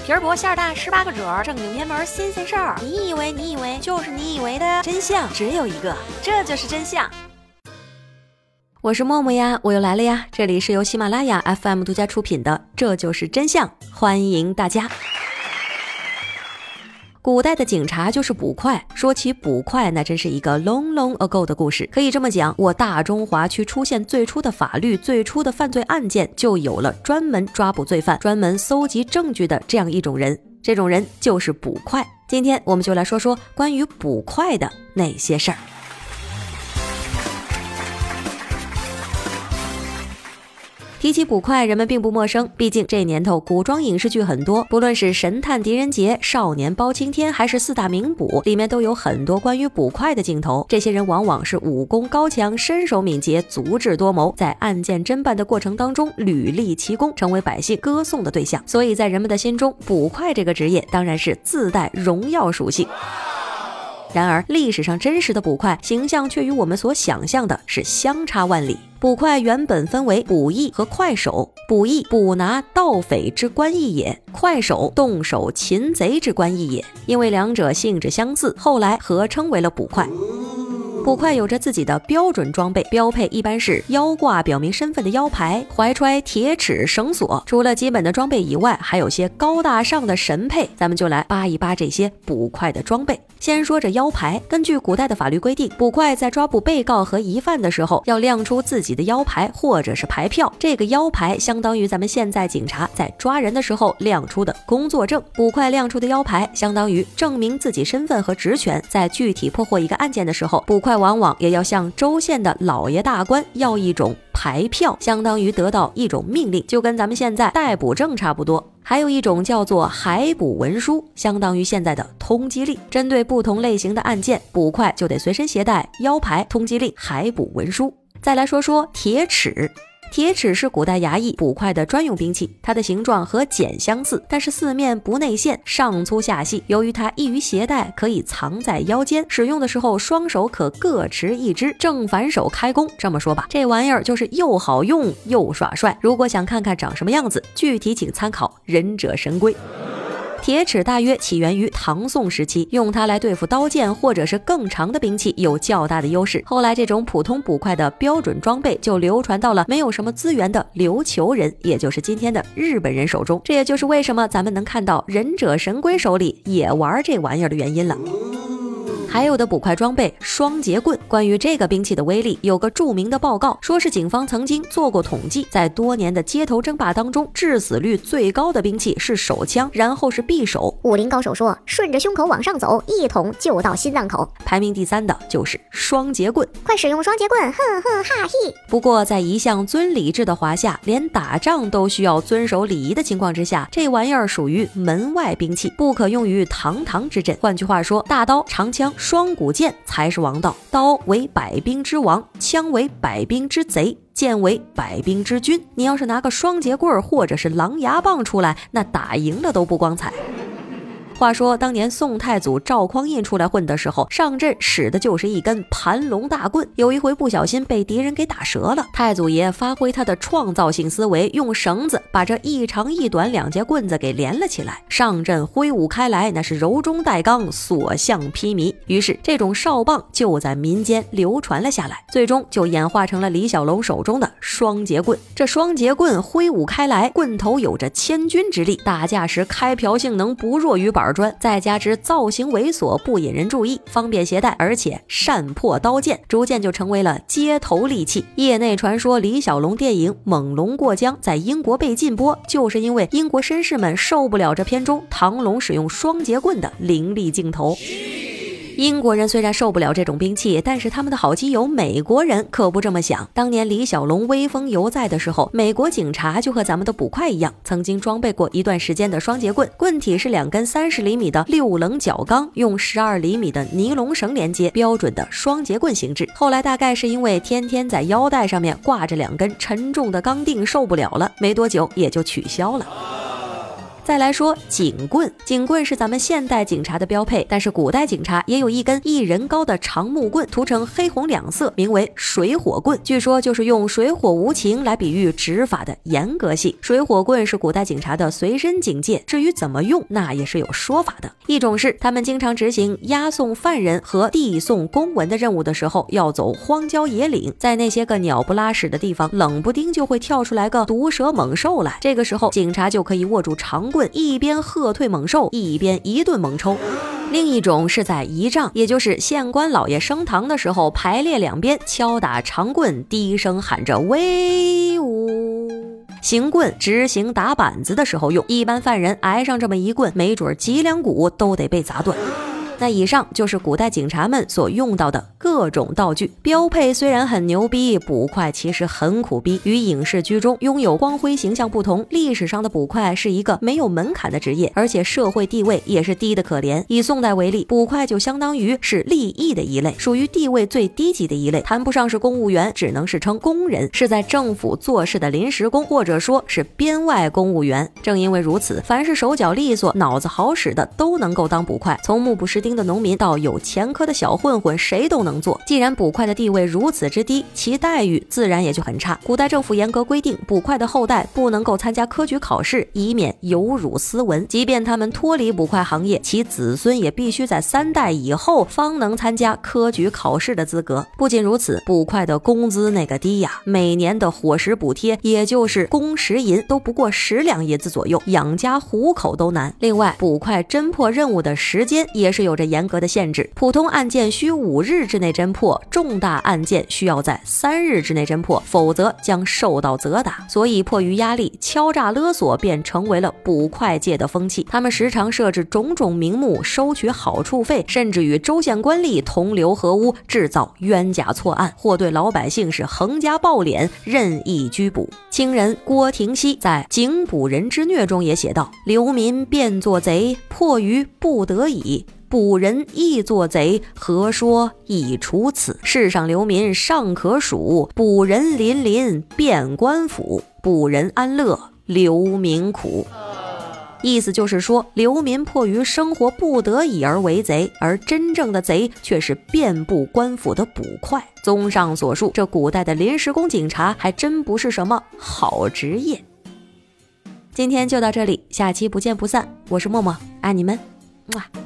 皮儿薄馅儿大，18个褶，正经偏门新鲜事儿。你以为就是你以为的真相只有一个，这就是真相。我是默默呀，我又来了呀，这里是由喜马拉雅 FM 独家出品的《这就是真相》，欢迎大家。古代的警察就是捕快，说起捕快，那真是一个 long ago 的故事。可以这么讲，我大中华区出现最初的法律，最初的犯罪案件，就有了专门抓捕罪犯、专门搜集证据的这样一种人，这种人就是捕快。今天我们就来说说关于捕快的那些事儿。提起捕快，人们并不陌生，毕竟这年头古装影视剧很多，不论是神探狄仁杰、少年包青天，还是四大名捕，里面都有很多关于捕快的镜头。这些人往往是武功高强、身手敏捷、足智多谋，在案件侦办的过程当中屡立奇功，成为百姓歌颂的对象。所以在人们的心中，捕快这个职业当然是自带荣耀属性。然而历史上真实的捕快形象却与我们所想象的是相差万里。捕快原本分为捕役和快手，捕役捕拿盗匪之官役也，快手动手擒贼之官役也。因为两者性质相似，后来合称为了捕快。捕快有着自己的标准装备，标配一般是腰挂表明身份的腰牌，怀揣铁尺绳索。除了基本的装备以外，还有些高大上的神配，咱们就来扒一扒这些捕快的装备。先说这腰牌，根据古代的法律规定，捕快在抓捕被告和疑犯的时候，要亮出自己的腰牌或者是牌票。这个腰牌相当于咱们现在警察在抓人的时候亮出的工作证，捕快亮出的腰牌相当于证明自己身份和职权。在具体破获一个案件的时候，捕快往往也要向州县的老爷大官要一种牌票，相当于得到一种命令，就跟咱们现在逮捕证差不多。还有一种叫做海捕文书，相当于现在的通缉令。针对不同类型的案件，捕快就得随身携带腰牌、通缉令、海捕文书。再来说说铁尺。铁尺是古代衙役捕快的专用兵器，它的形状和剪相似，但是四面不内陷，上粗下细。由于它易于携带，可以藏在腰间，使用的时候双手可各持一支，正反手开弓。这么说吧，这玩意儿就是又好用又耍帅。如果想看看长什么样子，具体请参考《忍者神龟》。铁尺大约起源于唐宋时期，用它来对付刀剑或者是更长的兵器有较大的优势。后来这种普通捕快的标准装备就流传到了没有什么资源的琉球人，也就是今天的日本人手中。这也就是为什么咱们能看到忍者神龟手里也玩这玩意儿的原因了。还有的捕快装备双节棍，关于这个兵器的威力有个著名的报告，说是警方曾经做过统计，在多年的街头争霸当中，致死率最高的兵器是手枪，然后是匕首。 武林高手说，顺着胸口往上走，一捅就到心脏口。 排名第3的就是双节棍， 快使用双节棍，哼哼哈嘿。 不过在一向尊礼制的华夏，连打仗都需要遵守礼仪的情况之下，这玩意儿属于门外兵器，不可用于堂堂之阵。换句话说，大刀、长枪、双股剑才是王道，刀为百兵之王，枪为百兵之贼，剑为百兵之君。你要是拿个双节棍或者是狼牙棒出来，那打赢了都不光彩。话说当年宋太祖赵匡胤出来混的时候，上阵使的就是一根盘龙大棍。有一回不小心被敌人给打折了，太祖爷发挥他的创造性思维，用绳子把这一长一短两节棍子给连了起来，上阵挥舞开来，那是柔中带刚，所向披靡。于是这种哨棒就在民间流传了下来，最终就演化成了李小龙手中的双节棍。这双节棍挥舞开来，棍头有着千钧之力，打架时开瓢性能不弱于板砖，再加之造型猥琐，不引人注意，方便携带，而且善破刀剑，逐渐就成为了街头利器。业内传说李小龙电影《猛龙过江》在英国被禁播，就是因为英国绅士们受不了这片中唐龙使用双节棍的凌厉镜头。英国人虽然受不了这种兵器，但是他们的好基友美国人可不这么想。当年李小龙威风犹在的时候，美国警察就和咱们的捕快一样，曾经装备过一段时间的双节棍，棍体是2根30厘米的6棱角钢，用12厘米的尼龙绳连接，标准的双节棍形制。后来大概是因为天天在腰带上面挂着2根沉重的钢锭受不了了，没多久也就取消了。 再来说警棍，警棍是咱们现代警察的标配，但是古代警察也有一根1人高的长木棍，涂成黑红2色，名为水火棍。据说就是用水火无情来比喻执法的严格性。水火棍是古代警察的随身警戒，至于怎么用，那也是有说法的。一种是他们经常执行押送犯人和递送公文的任务的时候，要走荒郊野岭，在那些个鸟不拉屎的地方，冷不丁就会跳出来个毒蛇猛兽来，这个时候警察就可以握住长棍，一边喝退猛兽，一边一顿猛抽。另一种是在仪仗，也就是县官老爷升堂的时候，排列两边敲打长棍，低声喊着威武。行棍执行打板子的时候用，一般犯人挨上这么一棍，没准脊梁骨都得被砸断。那以上就是古代警察们所用到的各种道具。标配虽然很牛逼，捕快其实很苦逼。与影视剧中拥有光辉形象不同，历史上的捕快是一个没有门槛的职业，而且社会地位也是低的可怜。以宋代为例，捕快就相当于是吏役的一类，属于地位最低级的一类，谈不上是公务员，只能是称工人，是在政府做事的临时工，或者说是编外公务员。正因为如此，凡是手脚利索、脑子好使的都能够当捕快，从目不识丁的农民到有前科的小混混，谁都能做。既然捕快的地位如此之低，其待遇自然也就很差。古代政府严格规定，捕快的后代不能够参加科举考试，以免有辱斯文。即便他们脱离捕快行业，其子孙也必须在3代以后方能参加科举考试的资格。不仅如此，捕快的工资那个低呀，每年的伙食补贴，也就是工时银，都不过10两银子左右，养家糊口都难。另外，捕快侦破任务的时间也是有着严格的限制，普通案件需5日之内侦破，重大案件需要在3日之内侦破，否则将受到责打。所以迫于压力，敲诈勒索便成为了捕快界的风气。他们时常设置种种名目收取好处费，甚至与州县官吏同流合污，制造冤假错案，或对老百姓是横加暴敛，任意拘捕。清人郭廷锡在《警捕人之虐》中也写道：流民变作贼，迫于不得已，捕人亦作贼，何说亦除此？世上流民尚可数，捕人林林遍官府，捕人安乐，流民苦。意思就是说，流民迫于生活不得已而为贼，而真正的贼却是遍布官府的捕快。综上所述，这古代的临时工警察还真不是什么好职业。今天就到这里，下期不见不散。我是默默，爱你们，么。